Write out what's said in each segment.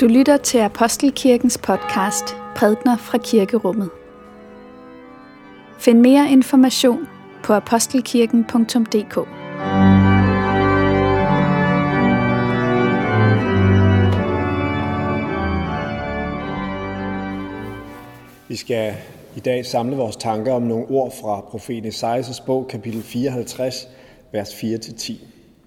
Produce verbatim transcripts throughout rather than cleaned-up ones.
Du lytter til Apostelkirkens podcast Prædner fra Kirkerummet. Find mere information på apostelkirken punktum d k. Vi skal i dag samle vores tanker om nogle ord fra profeten Esajas bog, kapitel fireoghalvtreds, vers fire til ti.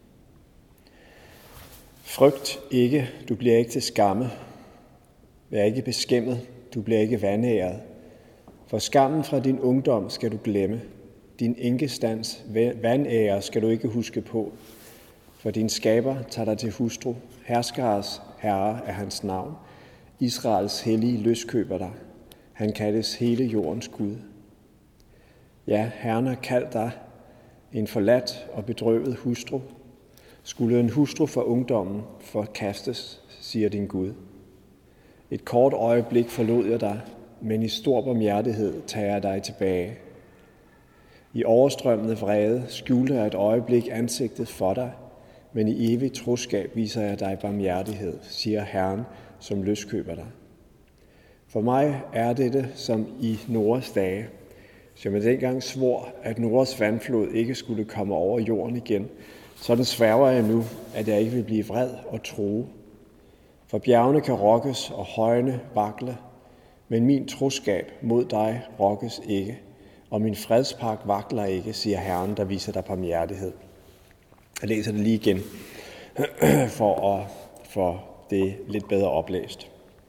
Frygt ikke, du bliver ikke til skamme. Vær ikke beskæmmet, du bliver ikke vanæret. For skammen fra din ungdom skal du glemme. Din enkestands vanære skal du ikke huske på. For din skaber tager dig til hustru. Herskers herre er hans navn. Israels hellige løskøber dig. Han kaldes hele jordens Gud. Ja, Herren har kaldt dig en forladt og bedrøvet hustru. Skulle en hustru for ungdommen forkastes, siger din Gud. Et kort øjeblik forlod jeg dig, men i stor barmhjertighed tager jeg dig tilbage. I overstrømmende vrede skjulte jeg et øjeblik ansigtet for dig, men i evig troskab viser jeg dig barmhjertighed, siger Herren, som løskøber dig. For mig er dette som i Noas dage, som jeg dengang svor, at Noas vandflod ikke skulle komme over jorden igen. Sådan sværger jeg nu, at jeg ikke vil blive vred og true. For bjergene kan rokkes og højene vakle, men min troskab mod dig rokkes ikke, og min fredspagt vakler ikke, siger Herren, der viser dig barmhjertighed. Jeg læser det lige igen, for at få det lidt bedre oplæst.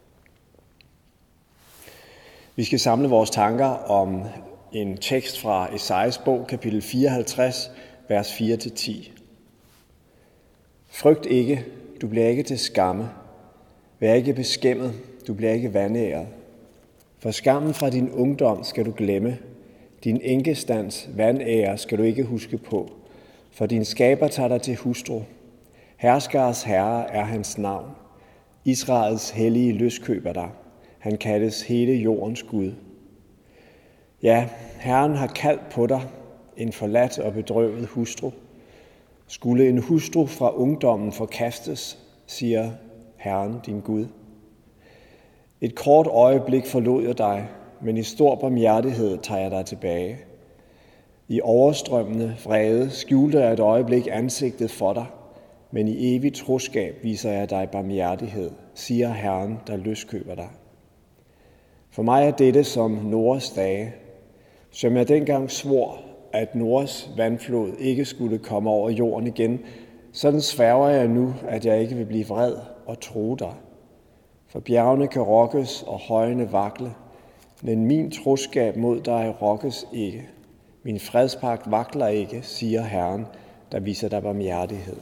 Vi skal samle vores tanker om en tekst fra Esajas bog, kapitel fireoghalvtreds, vers fire til ti. Frygt ikke, du bliver ikke til skamme. Vær ikke beskæmmet, du bliver ikke vanæret. For skammen fra din ungdom skal du glemme. Din enkestands vanære skal du ikke huske på. For din skaber tager dig til hustru. Herskers herre er hans navn. Israels hellige løskøber dig. Han kaldes hele jordens Gud. Ja, Herren har kaldt på dig, en forladt og bedrøvet hustru. Skulle en hustru fra ungdommen forkastes, siger Herren din Gud. Et kort øjeblik forlod jeg dig, men i stor barmhjertighed tager jeg dig tilbage. I overstrømmende vrede skjulte jeg et øjeblik ansigtet for dig, men i evig troskab viser jeg dig barmhjertighed, siger Herren, der løskøber dig. For mig er dette som Noas dage, som jeg dengang svor, at Noas vandflod ikke skulle komme over jorden igen. Sådan sværger jeg nu, at jeg ikke vil blive vred og true dig. For bjergene kan rokkes og højene vakle, men min troskab mod dig rokkes ikke. Min fredspagt vakler ikke, siger Herren, der viser dig barmhjertighed.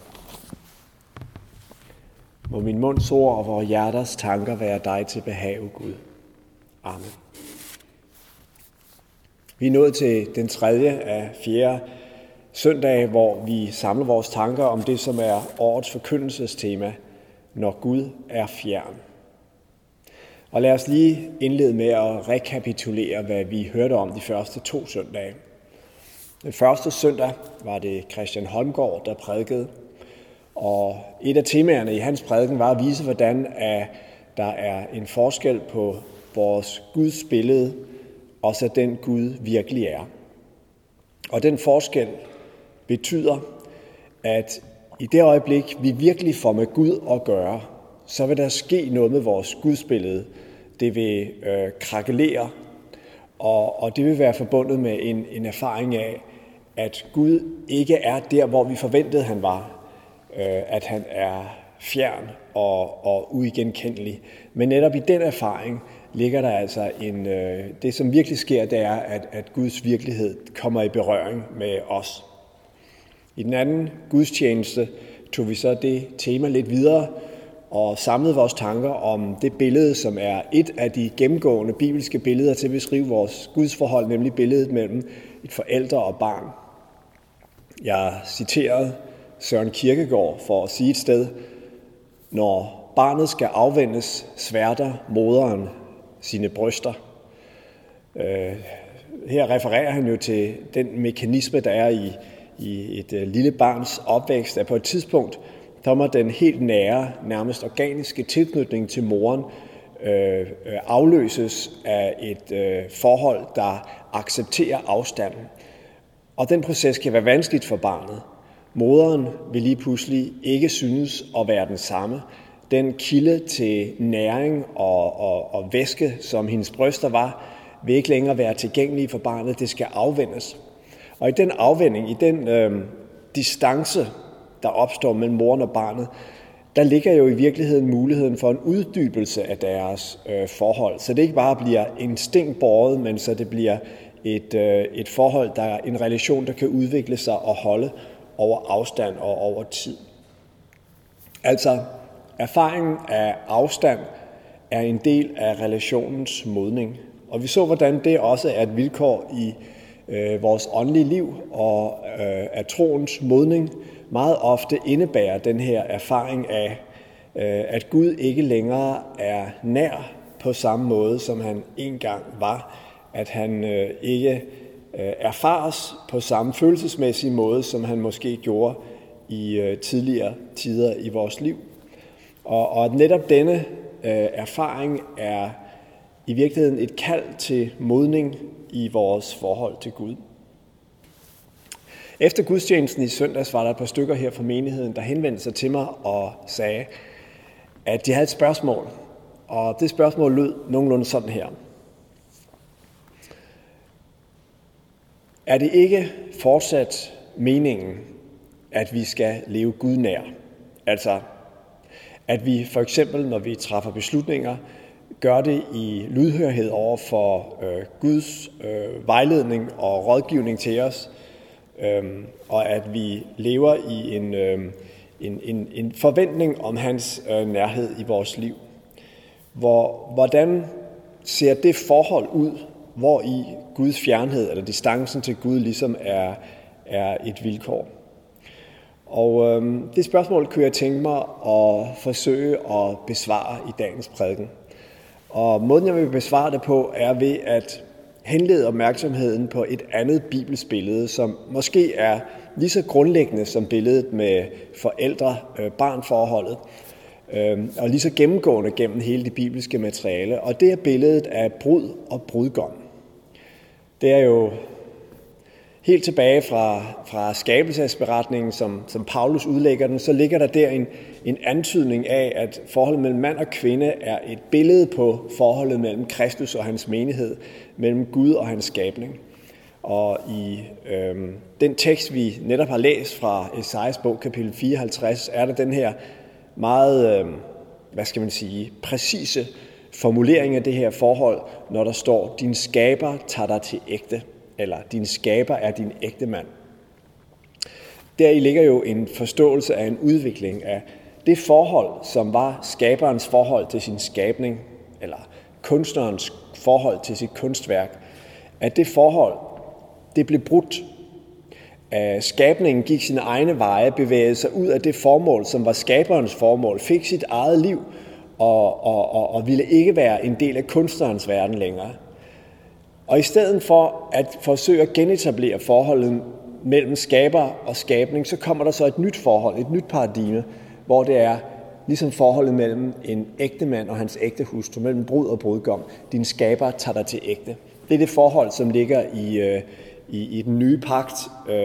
Må min munds ord og vores hjerters tanker være dig til behag, Gud. Amen. Vi er nået til den tredje af fjerde søndag, hvor vi samler vores tanker om det, som er årets forkyndelsestema, når Gud er fjern. Og lad os lige indlede med at rekapitulere, hvad vi hørte om de første to søndage. Den første søndag var det Christian Holmgaard, der prædikede, og et af temaerne i hans prædiken var at vise, hvordan der er en forskel på vores Guds billede, og så den Gud virkelig er. Og den forskel betyder, at i det øjeblik, vi virkelig får med Gud at gøre, så vil der ske noget med vores gudsbillede. Det vil øh, krakelere, og, og det vil være forbundet med en, en erfaring af, at Gud ikke er der, hvor vi forventede, han var. Øh, at han er fjern og, og uigenkendelig. Men netop i den erfaring ligger der altså en, øh, det, som virkelig sker, det er, at, at Guds virkelighed kommer i berøring med os. I den anden gudstjeneste tog vi så det tema lidt videre og samlede vores tanker om det billede, som er et af de gennemgående bibelske billeder til at beskrive vores gudsforhold, nemlig billedet mellem et forældre og barn. Jeg citerede Søren Kierkegaard for at sige et sted: når barnet skal afvendes, sværter moderen sine bryster. Her refererer han jo til den mekanisme, der er i, i et lille barns opvækst, at på et tidspunkt, der må den helt nære, nærmest organiske tilknytning til moren øh, afløses af et øh, forhold, der accepterer afstanden. Og den proces kan være vanskeligt for barnet. Moderen vil lige pludselig ikke synes at være den samme. Den kilde til næring og, og, og væske, som hendes bryster var, vil ikke længere være tilgængelig for barnet. Det skal afvendes. Og i den afvending, i den øh, distance, der opstår mellem moren og barnet, der ligger jo i virkeligheden muligheden for en uddybelse af deres øh, forhold. Så det ikke bare bliver instinktbåret, men så det bliver et, øh, et forhold, der er en relation, der kan udvikle sig og holde over afstand og over tid. Altså, erfaringen af afstand er en del af relationens modning. Og vi så, hvordan det også er et vilkår i øh, vores åndelige liv, og øh, at troens modning meget ofte indebærer den her erfaring af, øh, at Gud ikke længere er nær på samme måde, som han engang var. At han øh, ikke øh, erfares på samme følelsesmæssige måde, som han måske gjorde i øh, tidligere tider i vores liv. Og, og netop denne øh, erfaring er i virkeligheden et kald til modning i vores forhold til Gud. Efter gudstjenesten i søndags var der et par stykker her fra menigheden, der henvendte sig til mig og sagde, at de havde et spørgsmål. Og det spørgsmål lød nogenlunde sådan her. Er det ikke fortsat meningen, at vi skal leve Gud nær? Altså, at vi for eksempel, når vi træffer beslutninger, gør det i lydhørhed over for øh, Guds øh, vejledning og rådgivning til os, øh, og at vi lever i en, øh, en, en, en forventning om hans øh, nærhed i vores liv. Hvor, hvordan ser det forhold ud, hvor i Guds fjernhed eller distancen til Gud ligesom er, er et vilkår? Og øh, det spørgsmål kunne jeg tænke mig at forsøge at besvare i dagens prædiken. Og måden, jeg vil besvare det på, er ved at henlede opmærksomheden på et andet bibelsk billede, som måske er lige så grundlæggende som billedet med forældre-barn-forholdet, og lige så gennemgående gennem hele det bibelske materiale. Og det er billedet af brud og brudgom. Det er jo helt tilbage fra, fra skabelsesberetningen, som, som Paulus udlægger den, så ligger der der en, en antydning af, at forholdet mellem mand og kvinde er et billede på forholdet mellem Kristus og hans menighed, mellem Gud og hans skabning. Og i øh, den tekst, vi netop har læst fra Esajas bog, kapitel fireoghalvtreds, er der den her meget, øh, hvad skal man sige, præcise formulering af det her forhold, når der står, din skaber tager dig til ægte, eller din skaber er din ægte mand. Deri ligger jo en forståelse af en udvikling af det forhold, som var skaberens forhold til sin skabning, eller kunstnerens forhold til sit kunstværk, at det forhold, det blev brudt. At skabningen gik sine egne veje, bevægede sig ud af det formål, som var skaberens formål, fik sit eget liv, og, og, og, og ville ikke være en del af kunstnerens verden længere. Og i stedet for at forsøge at genetablere forholdet mellem skaber og skabning, så kommer der så et nyt forhold, et nyt paradigme, hvor det er ligesom forholdet mellem en ægte mand og hans ægte hustru, mellem brud og brudgom. Din skaber tager dig til ægte. Det er det forhold, som ligger i, i, i den nye pagt.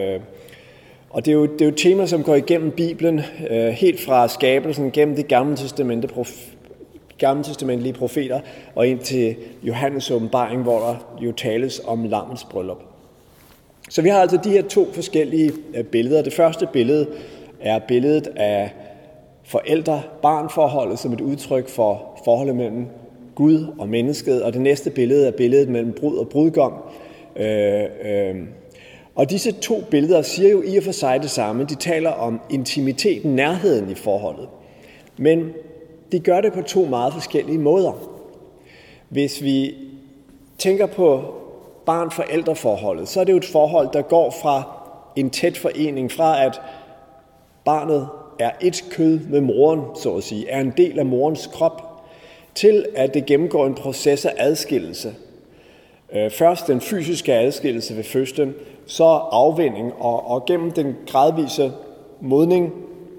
Og det er, jo, det er jo et tema, som går igennem Bibelen, helt fra skabelsen, gennem det gamle testamente, gamle testamentlige profeter, og ind til Johannes åbenbaring, hvor der jo tales om lammets bryllup. Så vi har altså de her to forskellige billeder. Det første billede er billedet af forældre-barn-forholdet som et udtryk for forholdet mellem Gud og mennesket, og det næste billede er billedet mellem brud og brudgom. Øh, øh. Og disse to billeder siger jo i og for sig det samme. De taler om intimiteten, nærheden i forholdet. Men de gør det på to meget forskellige måder. Hvis vi tænker på barn-forældre-forholdet, så er det jo et forhold, der går fra en tæt forening, fra at barnet er et kød med moren, så at sige, er en del af morens krop, til at det gennemgår en proces af adskillelse. Først den fysiske adskillelse ved fødslen, så afvinding, og, og gennem den gradvise modning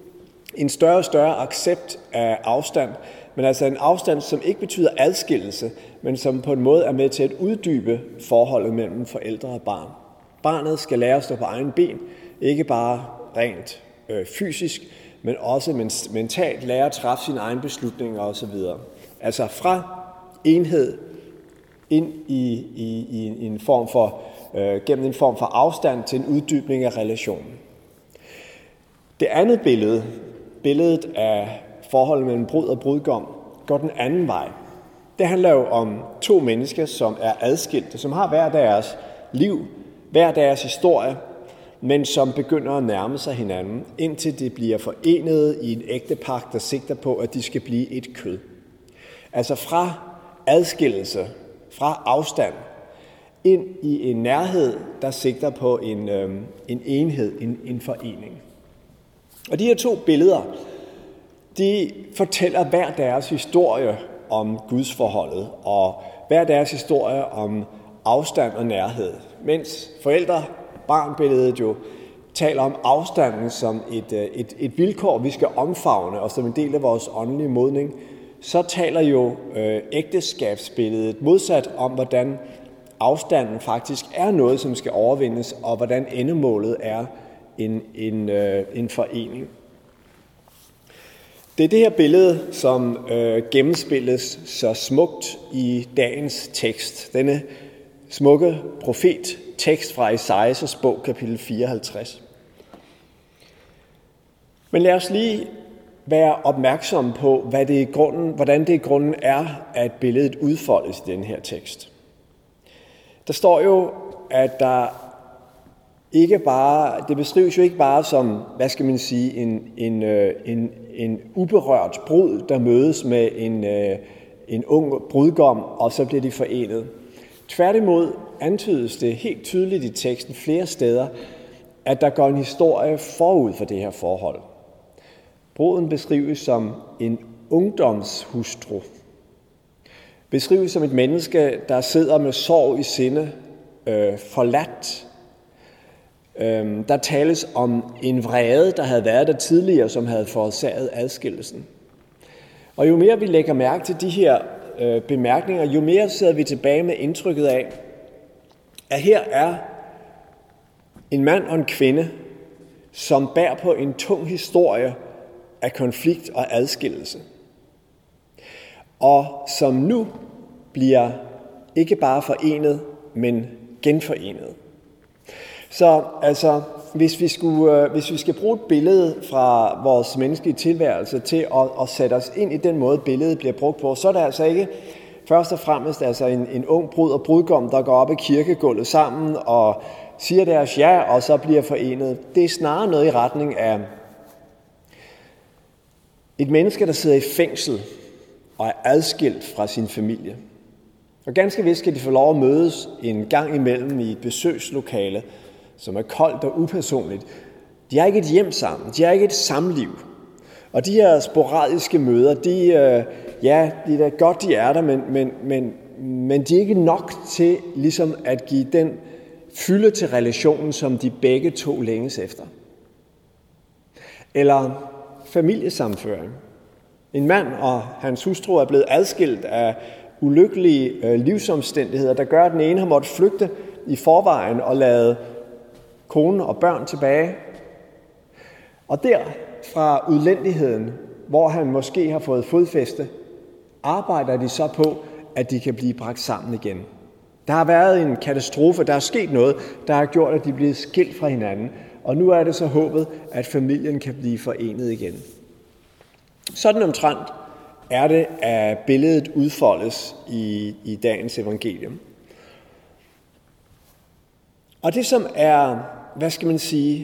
en større og større accept af afstand, men altså en afstand, som ikke betyder adskillelse, men som på en måde er med til at uddybe forholdet mellem forældre og barn. Barnet skal lære at stå på egen ben, ikke bare rent øh, fysisk, men også mentalt lære at træffe sine egne beslutninger osv. Altså fra enhed ind i, i, i en form for, øh, gennem en form for afstand til en uddybning af relationen. Det andet billede, billedet af forholdet mellem brud og brudgom, går den anden vej. Det handler jo om to mennesker, som er adskilte, som har hver deres liv, hver deres historie, men som begynder at nærme sig hinanden, indtil de bliver forenet i en ægtepagt, der sigter på, at de skal blive et kød. Altså fra adskillelse, fra afstand, ind i en nærhed, der sigter på en, øh, en enhed, en, en forening. Og de her to billeder, de fortæller hver deres historie om gudsforholdet, og hver deres historie om afstand og nærhed. Mens forældre-barn-billedet jo taler om afstanden som et, et, et vilkår, vi skal omfavne, og som en del af vores åndelige modning, så taler jo øh, ægteskabsbilledet modsat om, hvordan afstanden faktisk er noget, som skal overvindes, og hvordan endemålet er en, en, øh, en forening. Det er det her billede, som øh, gennemspilles så smukt i dagens tekst. Denne smukke profettekst fra Esajas bog, kapitel fireoghalvtreds. Men lad os lige være opmærksomme på, hvad det i grunden, hvordan det i grunden er, at billedet udfoldes i den her tekst. Der står jo, at der ikke bare, det beskrives jo ikke bare som, hvad skal man sige, en, en, en, en uberørt brud, der mødes med en, en ung brudgom, og så bliver de forenet. Tværtimod antydes det helt tydeligt i teksten flere steder, at der går en historie forud for det her forhold. Bruden beskrives som en ungdomshustru. Beskrives som et menneske, der sidder med sorg i sinde, øh, forladt. Øh, der tales om en vrede, der havde været der tidligere, som havde forårsaget adskillelsen. Og jo mere vi lægger mærke til de her øh, bemærkninger, jo mere sidder vi tilbage med indtrykket af, at her er en mand og en kvinde, som bærer på en tung historie af konflikt og adskillelse. Og som nu bliver ikke bare forenet, men genforenet. Så altså, hvis vi, skulle, hvis vi skal bruge et billede fra vores menneskelige tilværelse til at, at sætte os ind i den måde, billedet bliver brugt på, så er det altså ikke først og fremmest altså en, en ung brud og brudgom, der går op i kirkegulvet sammen og siger deres ja, og så bliver forenet. Det er snarere noget i retning af et menneske, der sidder i fængsel og er adskilt fra sin familie. Og ganske vist skal de få lov at mødes en gang imellem i et besøgslokale, som er koldt og upersonligt. De har ikke et hjem sammen, de har ikke et samliv. Og de her sporadiske møder, de, øh, ja, det er da godt, de er der, men, men, men, men de er ikke nok til ligesom at give den fylde til relationen, som de begge to længes efter. Eller familiesammenføring. En mand og hans hustru er blevet adskilt af ulykkelige øh, livsomstændigheder, der gør, at den ene har måttet flygte i forvejen og lade kone og børn tilbage. Og der fra udlændigheden, hvor han måske har fået fodfæste, arbejder de så på, at de kan blive bragt sammen igen. Der har været en katastrofe, der er sket noget, der har gjort, at de er blevet skilt fra hinanden. Og nu er det så håbet, at familien kan blive forenet igen. Sådan omtrent er det, at billedet udfoldes i, i dagens evangelium. Og det som er, hvad skal man sige,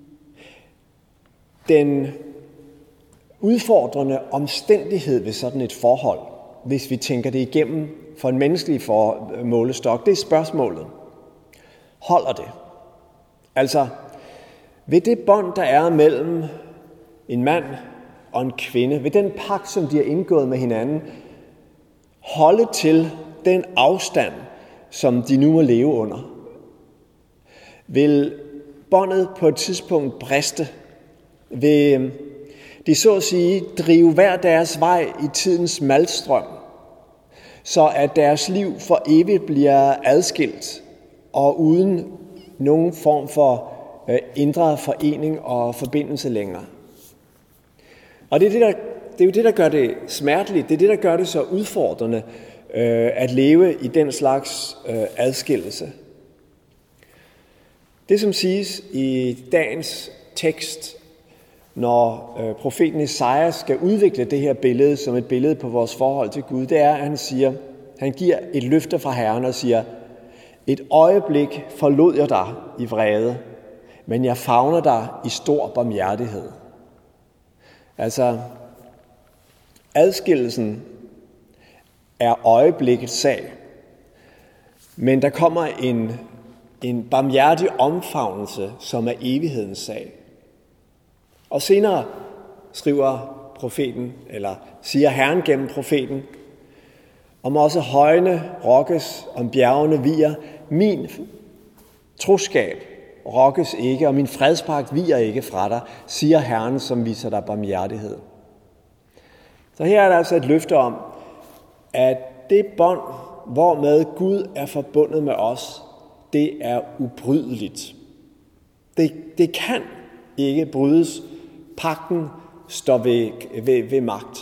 den udfordrende omstændighed ved sådan et forhold, hvis vi tænker det igennem for en menneskelig for, målestok, det er spørgsmålet. Holder det? Altså, ved det bånd, der er mellem en mand og en kvinde, ved den pagt, som de har indgået med hinanden, holde til den afstand, som de nu må leve under? Vil båndet på et tidspunkt briste? Vil, De så at sige drive hver deres vej i tidens malstrøm, så at deres liv for evigt bliver adskilt og uden nogen form for øh, indre forening og forbindelse længere. Og det er, det, der, det er jo det, der gør det smerteligt, det er det, der gør det så udfordrende øh, at leve i den slags øh, adskillelse. Det, som siges i dagens tekst, når øh, profeten Esajas skal udvikle det her billede som et billede på vores forhold til Gud, det er, at han siger, han giver et løfte fra Herren og siger, et øjeblik forlod jeg dig i vrede, men jeg favner dig i stor barmhjertighed. Altså, adskillelsen er øjeblikkets sag, men der kommer en, en barmhjertig omfavnelse, som er evighedens sag. Og senere skriver profeten, eller siger Herren gennem profeten, om også højene rokkes, om bjergene viger, min troskab rokkes ikke, og min fredspagt viger ikke fra dig, siger Herren, som viser dig barmhjertighed. Så her er der altså et løfte om, at det bånd, hvormed Gud er forbundet med os, det er ubrydeligt. Det, det kan ikke brydes. Pagten står ved, ved, ved magt.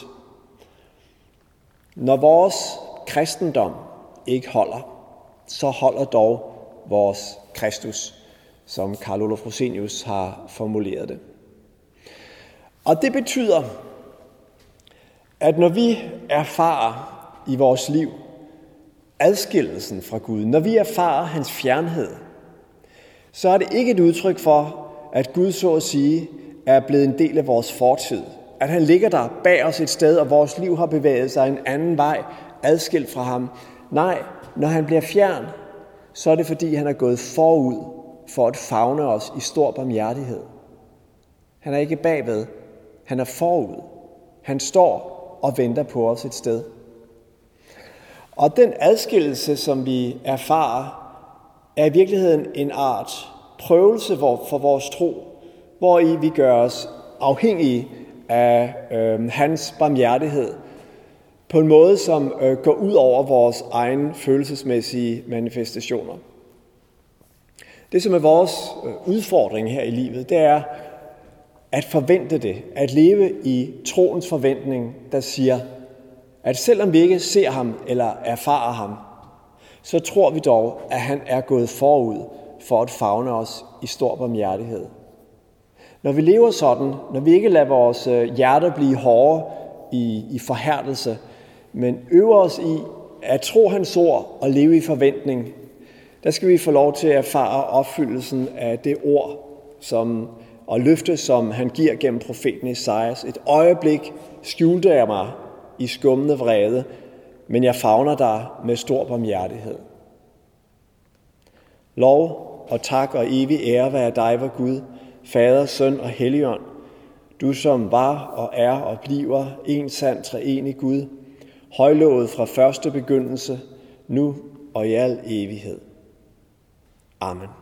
Når vores kristendom ikke holder, så holder dog vores Kristus, som Karl Olof Rosenius har formuleret det. Og det betyder, at når vi erfarer i vores liv adskillelsen fra Gud, når vi erfarer hans fjernhed, så er det ikke et udtryk for, at Gud så at sige er blevet en del af vores fortid. At han ligger der bag os et sted, og vores liv har bevæget sig en anden vej, adskilt fra ham. Nej, når han bliver fjern, så er det fordi, han er gået forud for at favne os i stor barmhjertighed. Han er ikke bagved, han er forud. Han står og venter på os et sted. Og den adskillelse, som vi erfarer, er i virkeligheden en art prøvelse for vores tro, hvor i vi gør os afhængige af øh, hans barmhjertighed på en måde, som øh, går ud over vores egne følelsesmæssige manifestationer. Det, som er vores øh, udfordring her i livet, det er at forvente det, at leve i troens forventning, der siger, at selvom vi ikke ser ham eller erfarer ham, så tror vi dog, at han er gået forud for at favne os i stor barmhjertighed. Når vi lever sådan, når vi ikke lader vores hjerter blive hårde i, i forhærdelse, men øver os i at tro hans ord og leve i forventning, der skal vi få lov til at erfare opfyldelsen af det ord som, og løfte, som han giver gennem profeten Esajas. Et øjeblik skjulte jeg mig i skummende vrede, men jeg favner dig med stor barmhjertighed. Lov og tak og evig ære være dig, vor Gud, Fader, Søn og Helligånd, du som var og er og bliver en sand treenig Gud, højlovet fra første begyndelse, nu og i al evighed. Amen.